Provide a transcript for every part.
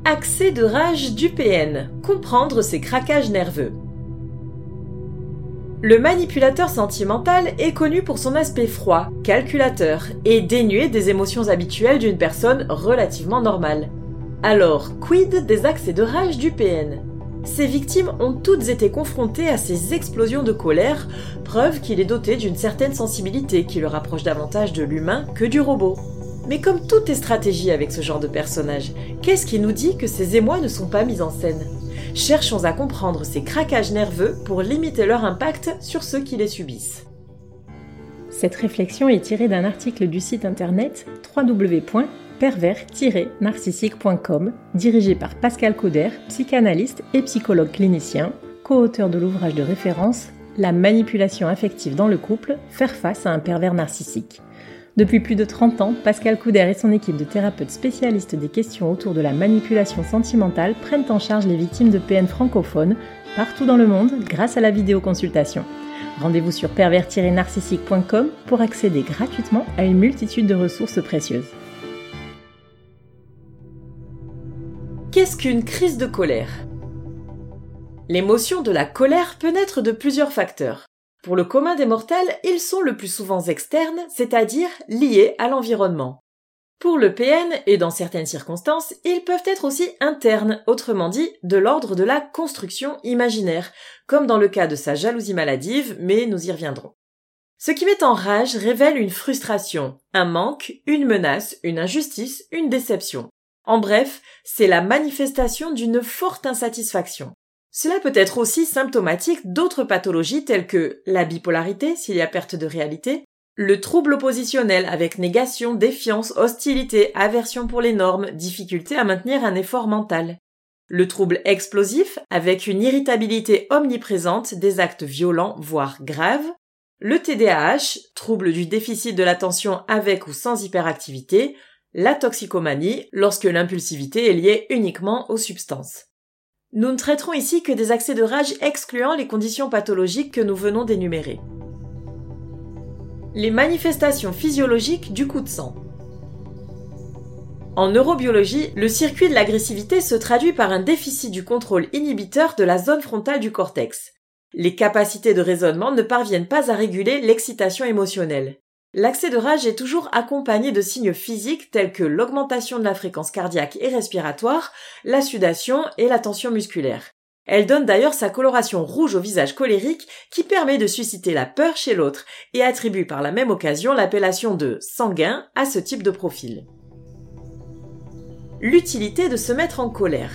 Accès de rage du PN. Comprendre ses craquages nerveux. Le manipulateur sentimental est connu pour son aspect froid, calculateur et dénué des émotions habituelles d'une personne relativement normale. Alors, quid des accès de rage du PN ? Ses victimes ont toutes été confrontées à ces explosions de colère, preuve qu'il est doté d'une certaine sensibilité qui le rapproche davantage de l'humain que du robot. Mais comme tout est stratégie avec ce genre de personnage, qu'est-ce qui nous dit que ces émois ne sont pas mis en scène ? Cherchons à comprendre ces craquages nerveux pour limiter leur impact sur ceux qui les subissent. Cette réflexion est tirée d'un article du site internet www.pervers-narcissique.com, dirigé par Pascal Couder, psychanalyste et psychologue clinicien, co-auteur de l'ouvrage de référence « La manipulation affective dans le couple, faire face à un pervers narcissique ». Depuis plus de 30 ans, Pascal Couder et son équipe de thérapeutes spécialistes des questions autour de la manipulation sentimentale prennent en charge les victimes de PN francophones partout dans le monde grâce à la vidéoconsultation. Rendez-vous sur pervers-narcissique.com pour accéder gratuitement à une multitude de ressources précieuses. Qu'est-ce qu'une crise de colère ? L'émotion de la colère peut naître de plusieurs facteurs. Pour le commun des mortels, ils sont le plus souvent externes, c'est-à-dire liés à l'environnement. Pour le PN, et dans certaines circonstances, ils peuvent être aussi internes, autrement dit, de l'ordre de la construction imaginaire, comme dans le cas de sa jalousie maladive, mais nous y reviendrons. Ce qui met en rage révèle une frustration, un manque, une menace, une injustice, une déception. En bref, c'est la manifestation d'une forte insatisfaction. Cela peut être aussi symptomatique d'autres pathologies telles que la bipolarité, s'il y a perte de réalité, le trouble oppositionnel avec négation, défiance, hostilité, aversion pour les normes, difficulté à maintenir un effort mental, le trouble explosif avec une irritabilité omniprésente, des actes violents voire graves, le TDAH, trouble du déficit de l'attention avec ou sans hyperactivité, la toxicomanie lorsque l'impulsivité est liée uniquement aux substances. Nous ne traiterons ici que des accès de rage excluant les conditions pathologiques que nous venons d'énumérer. Les manifestations physiologiques du coup de sang. En neurobiologie, le circuit de l'agressivité se traduit par un déficit du contrôle inhibiteur de la zone frontale du cortex. Les capacités de raisonnement ne parviennent pas à réguler l'excitation émotionnelle. L'accès de rage est toujours accompagné de signes physiques tels que l'augmentation de la fréquence cardiaque et respiratoire, la sudation et la tension musculaire. Elle donne d'ailleurs sa coloration rouge au visage colérique qui permet de susciter la peur chez l'autre et attribue par la même occasion l'appellation de sanguin à ce type de profil. L'utilité de se mettre en colère.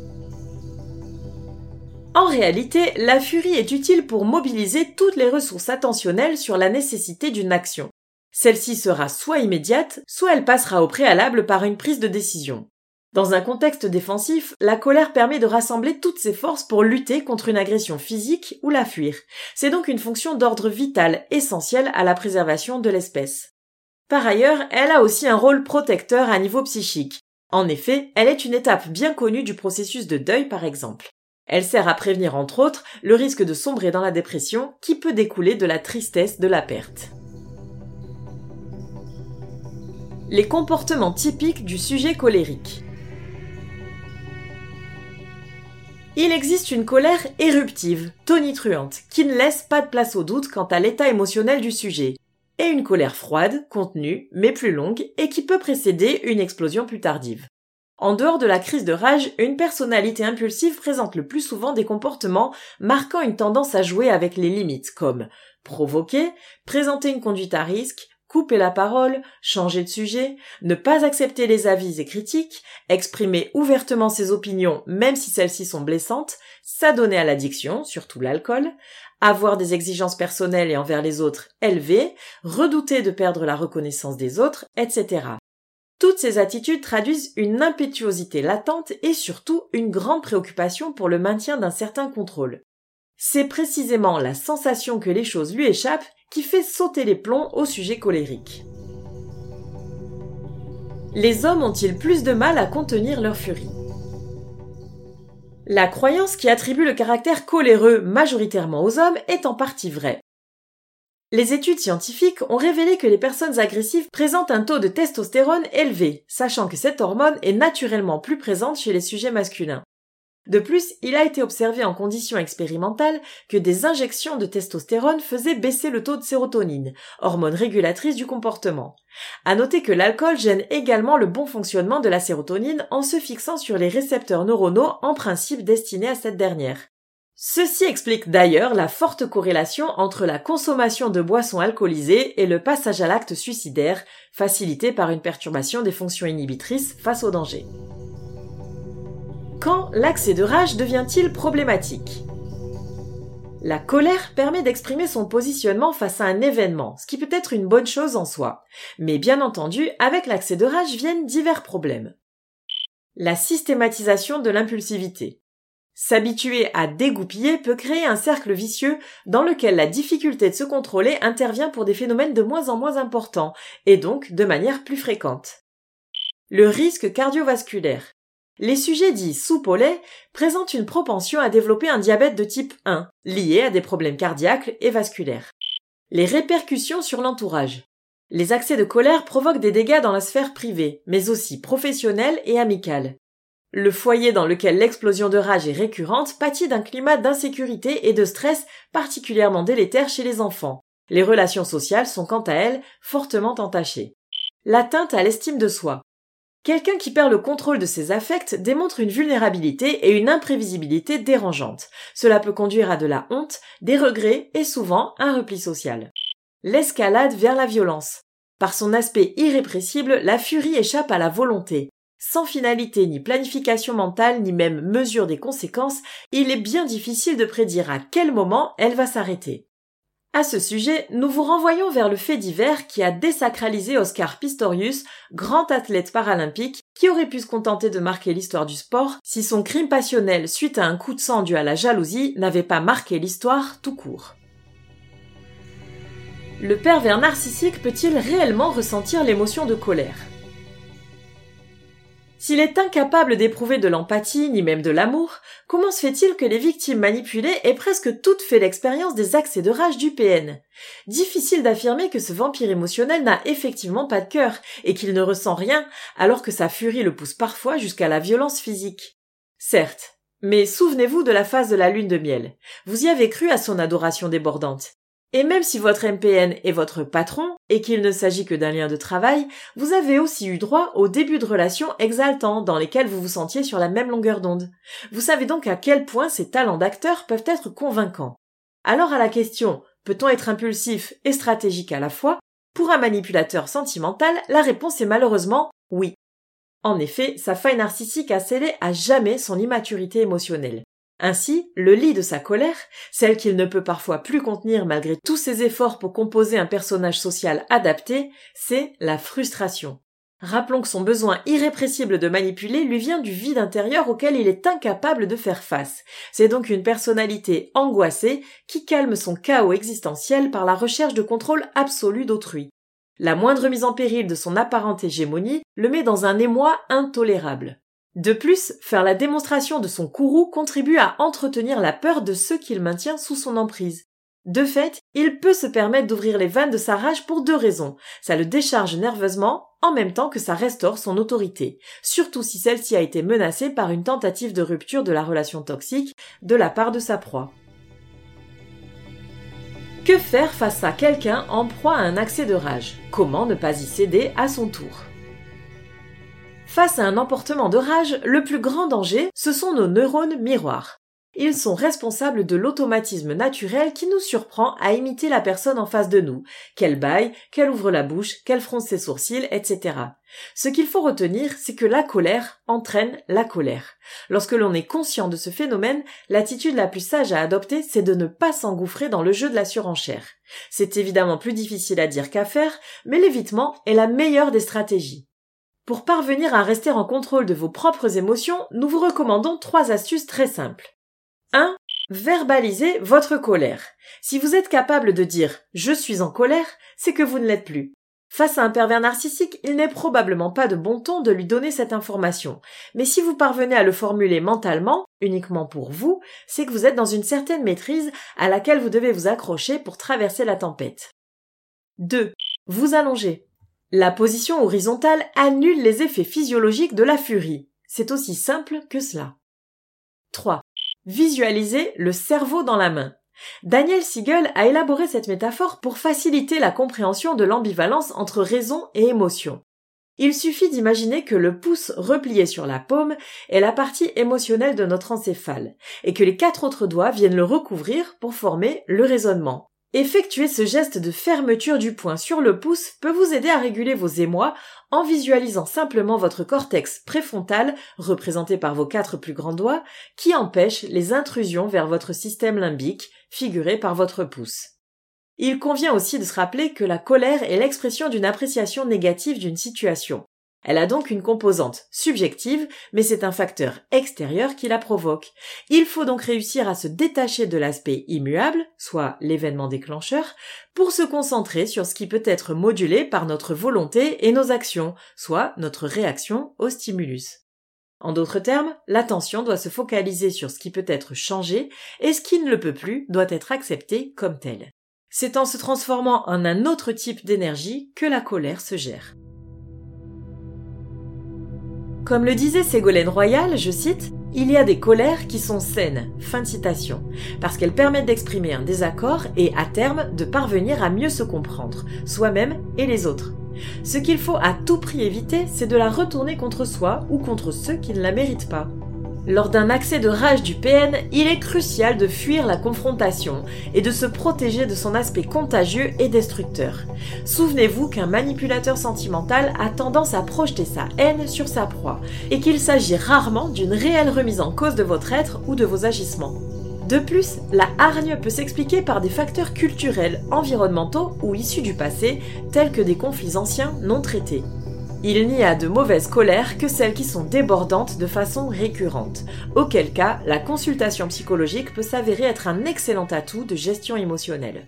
En réalité, la furie est utile pour mobiliser toutes les ressources attentionnelles sur la nécessité d'une action. Celle-ci sera soit immédiate, soit elle passera au préalable par une prise de décision. Dans un contexte défensif, la colère permet de rassembler toutes ses forces pour lutter contre une agression physique ou la fuir. C'est donc une fonction d'ordre vital essentielle à la préservation de l'espèce. Par ailleurs, elle a aussi un rôle protecteur à niveau psychique. En effet, elle est une étape bien connue du processus de deuil par exemple. Elle sert à prévenir entre autres le risque de sombrer dans la dépression qui peut découler de la tristesse de la perte. Les comportements typiques du sujet colérique. Il existe une colère éruptive, tonitruante, qui ne laisse pas de place au doute quant à l'état émotionnel du sujet, et une colère froide, contenue, mais plus longue, et qui peut précéder une explosion plus tardive. En dehors de la crise de rage, une personnalité impulsive présente le plus souvent des comportements marquant une tendance à jouer avec les limites, comme provoquer, présenter une conduite à risque, couper la parole, changer de sujet, ne pas accepter les avis et critiques, exprimer ouvertement ses opinions même si celles-ci sont blessantes, s'adonner à l'addiction, surtout l'alcool, avoir des exigences personnelles et envers les autres élevées, redouter de perdre la reconnaissance des autres, etc. Toutes ces attitudes traduisent une impétuosité latente et surtout une grande préoccupation pour le maintien d'un certain contrôle. C'est précisément la sensation que les choses lui échappent qui fait sauter les plombs au sujet colérique. Les hommes ont-ils plus de mal à contenir leur furie ? La croyance qui attribue le caractère coléreux majoritairement aux hommes est en partie vraie. Les études scientifiques ont révélé que les personnes agressives présentent un taux de testostérone élevé, sachant que cette hormone est naturellement plus présente chez les sujets masculins. De plus, il a été observé en conditions expérimentales que des injections de testostérone faisaient baisser le taux de sérotonine, hormone régulatrice du comportement. À noter que l'alcool gêne également le bon fonctionnement de la sérotonine en se fixant sur les récepteurs neuronaux en principe destinés à cette dernière. Ceci explique d'ailleurs la forte corrélation entre la consommation de boissons alcoolisées et le passage à l'acte suicidaire, facilité par une perturbation des fonctions inhibitrices face au danger. Quand l'accès de rage devient-il problématique ? La colère permet d'exprimer son positionnement face à un événement, ce qui peut être une bonne chose en soi. Mais bien entendu, avec l'accès de rage viennent divers problèmes. La systématisation de l'impulsivité. S'habituer à dégoupiller peut créer un cercle vicieux dans lequel la difficulté de se contrôler intervient pour des phénomènes de moins en moins importants, et donc de manière plus fréquente. Le risque cardiovasculaire. Les sujets dits soupes au lait présentent une propension à développer un diabète de type 1, lié à des problèmes cardiaques et vasculaires. Les répercussions sur l'entourage. Les accès de colère provoquent des dégâts dans la sphère privée, mais aussi professionnelle et amicale. Le foyer dans lequel l'explosion de rage est récurrente pâtit d'un climat d'insécurité et de stress particulièrement délétère chez les enfants. Les relations sociales sont quant à elles fortement entachées. L'atteinte à l'estime de soi. Quelqu'un qui perd le contrôle de ses affects démontre une vulnérabilité et une imprévisibilité dérangeantes. Cela peut conduire à de la honte, des regrets et souvent un repli social. L'escalade vers la violence. Par son aspect irrépressible, la furie échappe à la volonté. Sans finalité ni planification mentale ni même mesure des conséquences, il est bien difficile de prédire à quel moment elle va s'arrêter. À ce sujet, nous vous renvoyons vers le fait divers qui a désacralisé Oscar Pistorius, grand athlète paralympique, qui aurait pu se contenter de marquer l'histoire du sport si son crime passionnel suite à un coup de sang dû à la jalousie n'avait pas marqué l'histoire tout court. Le pervers narcissique peut-il réellement ressentir l'émotion de colère ? S'il est incapable d'éprouver de l'empathie ni même de l'amour, comment se fait-il que les victimes manipulées aient presque toutes fait l'expérience des accès de rage du PN ? Difficile d'affirmer que ce vampire émotionnel n'a effectivement pas de cœur et qu'il ne ressent rien, alors que sa furie le pousse parfois jusqu'à la violence physique. Certes, mais souvenez-vous de la phase de la lune de miel. Vous y avez cru à son adoration débordante. Et même si votre MPN est votre patron et qu'il ne s'agit que d'un lien de travail, vous avez aussi eu droit au début de relations exaltantes dans lesquelles vous vous sentiez sur la même longueur d'onde. Vous savez donc à quel point ces talents d'acteur peuvent être convaincants. Alors à la question « peut-on être impulsif et stratégique à la fois ?» Pour un manipulateur sentimental, la réponse est malheureusement oui. En effet, sa faille narcissique a scellé à jamais son immaturité émotionnelle. Ainsi, le lit de sa colère, celle qu'il ne peut parfois plus contenir malgré tous ses efforts pour composer un personnage social adapté, c'est la frustration. Rappelons que son besoin irrépressible de manipuler lui vient du vide intérieur auquel il est incapable de faire face. C'est donc une personnalité angoissée qui calme son chaos existentiel par la recherche de contrôle absolu d'autrui. La moindre mise en péril de son apparente hégémonie le met dans un émoi intolérable. De plus, faire la démonstration de son courroux contribue à entretenir la peur de ceux qu'il maintient sous son emprise. De fait, il peut se permettre d'ouvrir les vannes de sa rage pour deux raisons. Ça le décharge nerveusement, en même temps que ça restaure son autorité, surtout si celle-ci a été menacée par une tentative de rupture de la relation toxique de la part de sa proie. Que faire face à quelqu'un en proie à un accès de rage ? Comment ne pas y céder à son tour ? Face à un emportement de rage, le plus grand danger, ce sont nos neurones miroirs. Ils sont responsables de l'automatisme naturel qui nous surprend à imiter la personne en face de nous, qu'elle bâille, qu'elle ouvre la bouche, qu'elle fronce ses sourcils, etc. Ce qu'il faut retenir, c'est que la colère entraîne la colère. Lorsque l'on est conscient de ce phénomène, l'attitude la plus sage à adopter, c'est de ne pas s'engouffrer dans le jeu de la surenchère. C'est évidemment plus difficile à dire qu'à faire, mais l'évitement est la meilleure des stratégies. Pour parvenir à rester en contrôle de vos propres émotions, nous vous recommandons 3 astuces très simples. 1. Verbalisez votre colère. Si vous êtes capable de dire « je suis en colère », c'est que vous ne l'êtes plus. Face à un pervers narcissique, il n'est probablement pas de bon ton de lui donner cette information. Mais si vous parvenez à le formuler mentalement, uniquement pour vous, c'est que vous êtes dans une certaine maîtrise à laquelle vous devez vous accrocher pour traverser la tempête. 2. Vous allonger. La position horizontale annule les effets physiologiques de la furie. C'est aussi simple que cela. 3. Visualisez le cerveau dans la main. Daniel Siegel a élaboré cette métaphore pour faciliter la compréhension de l'ambivalence entre raison et émotion. Il suffit d'imaginer que le pouce replié sur la paume est la partie émotionnelle de notre encéphale et que les 4 autres doigts viennent le recouvrir pour former le raisonnement. Effectuer ce geste de fermeture du poing sur le pouce peut vous aider à réguler vos émois en visualisant simplement votre cortex préfrontal, représenté par vos 4 plus grands doigts, qui empêche les intrusions vers votre système limbique, figuré par votre pouce. Il convient aussi de se rappeler que la colère est l'expression d'une appréciation négative d'une situation. Elle a donc une composante subjective, mais c'est un facteur extérieur qui la provoque. Il faut donc réussir à se détacher de l'aspect immuable, soit l'événement déclencheur, pour se concentrer sur ce qui peut être modulé par notre volonté et nos actions, soit notre réaction au stimulus. En d'autres termes, l'attention doit se focaliser sur ce qui peut être changé et ce qui ne le peut plus doit être accepté comme tel. C'est en se transformant en un autre type d'énergie que la colère se gère. Comme le disait Ségolène Royal, je cite, « Il y a des colères qui sont saines », fin de citation, parce qu'elles permettent d'exprimer un désaccord et, à terme, de parvenir à mieux se comprendre, soi-même et les autres. Ce qu'il faut à tout prix éviter, c'est de la retourner contre soi ou contre ceux qui ne la méritent pas. Lors d'un accès de rage du PN, il est crucial de fuir la confrontation et de se protéger de son aspect contagieux et destructeur. Souvenez-vous qu'un manipulateur sentimental a tendance à projeter sa haine sur sa proie et qu'il s'agit rarement d'une réelle remise en cause de votre être ou de vos agissements. De plus, la hargne peut s'expliquer par des facteurs culturels, environnementaux ou issus du passé, tels que des conflits anciens non traités. Il n'y a de mauvaises colères que celles qui sont débordantes de façon récurrente, auquel cas la consultation psychologique peut s'avérer être un excellent atout de gestion émotionnelle.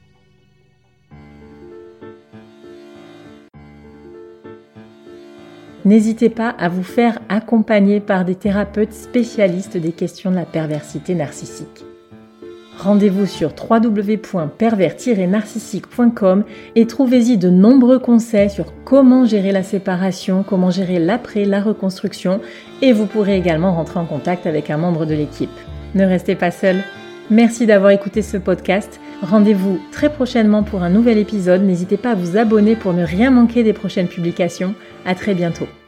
N'hésitez pas à vous faire accompagner par des thérapeutes spécialistes des questions de la perversité narcissique. Rendez-vous sur www.pervers-narcissique.com et trouvez-y de nombreux conseils sur comment gérer la séparation, comment gérer l'après, la reconstruction, et vous pourrez également rentrer en contact avec un membre de l'équipe. Ne restez pas seul. Merci d'avoir écouté ce podcast. Rendez-vous très prochainement pour un nouvel épisode. N'hésitez pas à vous abonner pour ne rien manquer des prochaines publications. À très bientôt.